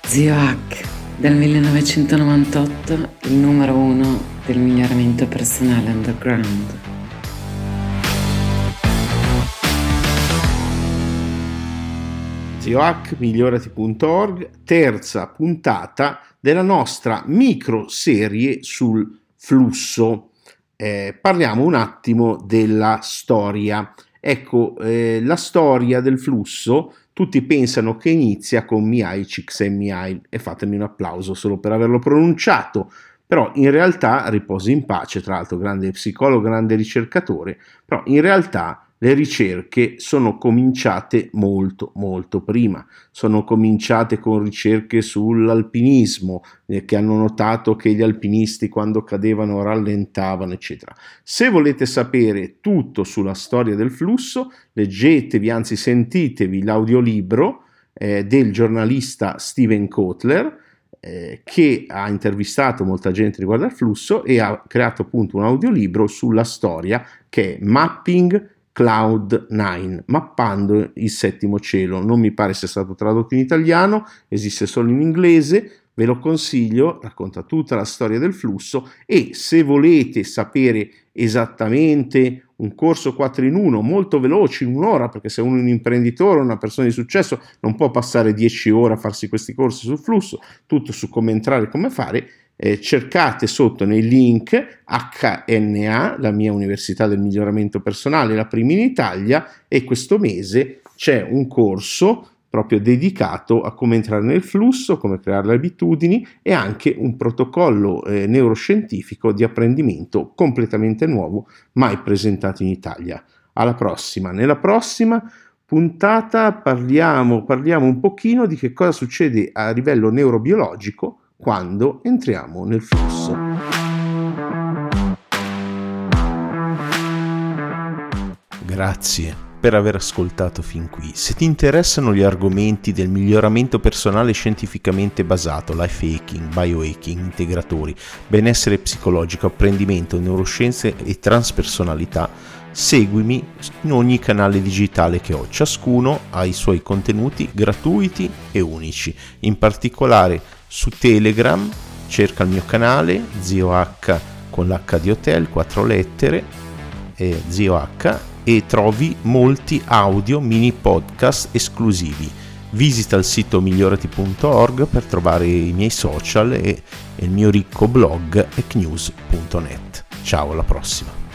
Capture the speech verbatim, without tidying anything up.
Zio Hack, del millenovecentonovantotto, il numero uno del miglioramento personale underground. Zio Hack, migliorati punto org, terza puntata della nostra micro serie sul flusso. Eh, parliamo un attimo della storia. Ecco, eh, la storia del flusso, tutti pensano che inizia con Mihaly Csikszentmihalyi, e fatemi un applauso solo per averlo pronunciato, però in realtà, riposi in pace, tra l'altro grande psicologo, grande ricercatore, però in realtà le ricerche sono cominciate molto molto prima, sono cominciate con ricerche sull'alpinismo, eh, che hanno notato che gli alpinisti quando cadevano rallentavano, eccetera. Se volete sapere tutto sulla storia del flusso, leggetevi, anzi sentitevi l'audiolibro eh, del giornalista Steven Kotler, eh, che ha intervistato molta gente riguardo al flusso e ha creato appunto un audiolibro sulla storia che è Mapping Cloud nine, mappando il settimo cielo. Non mi pare sia stato tradotto in italiano, esiste solo in inglese, ve lo consiglio, racconta tutta la storia del flusso. E se volete sapere esattamente un corso quattro in uno molto veloce, in un'ora, perché se uno è un imprenditore, una persona di successo, non può passare dieci ore a farsi questi corsi sul flusso, tutto su come entrare e come fare, Eh, cercate sotto nei link H N A, la mia università del miglioramento personale, la prima in Italia, e questo mese c'è un corso proprio dedicato a come entrare nel flusso, come creare le abitudini, e anche un protocollo eh, neuroscientifico di apprendimento completamente nuovo, mai presentato in Italia. Alla prossima. Nella prossima puntata parliamo, parliamo un pochino di che cosa succede a livello neurobiologico quando entriamo nel flusso. Grazie per aver ascoltato fin qui. Se ti interessano gli argomenti del miglioramento personale scientificamente basato, life hacking, biohacking, integratori, benessere psicologico, apprendimento, neuroscienze e transpersonalità, seguimi in ogni canale digitale che ho. Ciascuno ha i suoi contenuti gratuiti e unici. In particolare su Telegram cerca il mio canale Zio H con l'H di hotel, quattro lettere, e Zio H, e trovi molti audio mini podcast esclusivi. Visita il sito migliorati punto org per trovare i miei social e il mio ricco blog ecnews punto net. Ciao, alla prossima.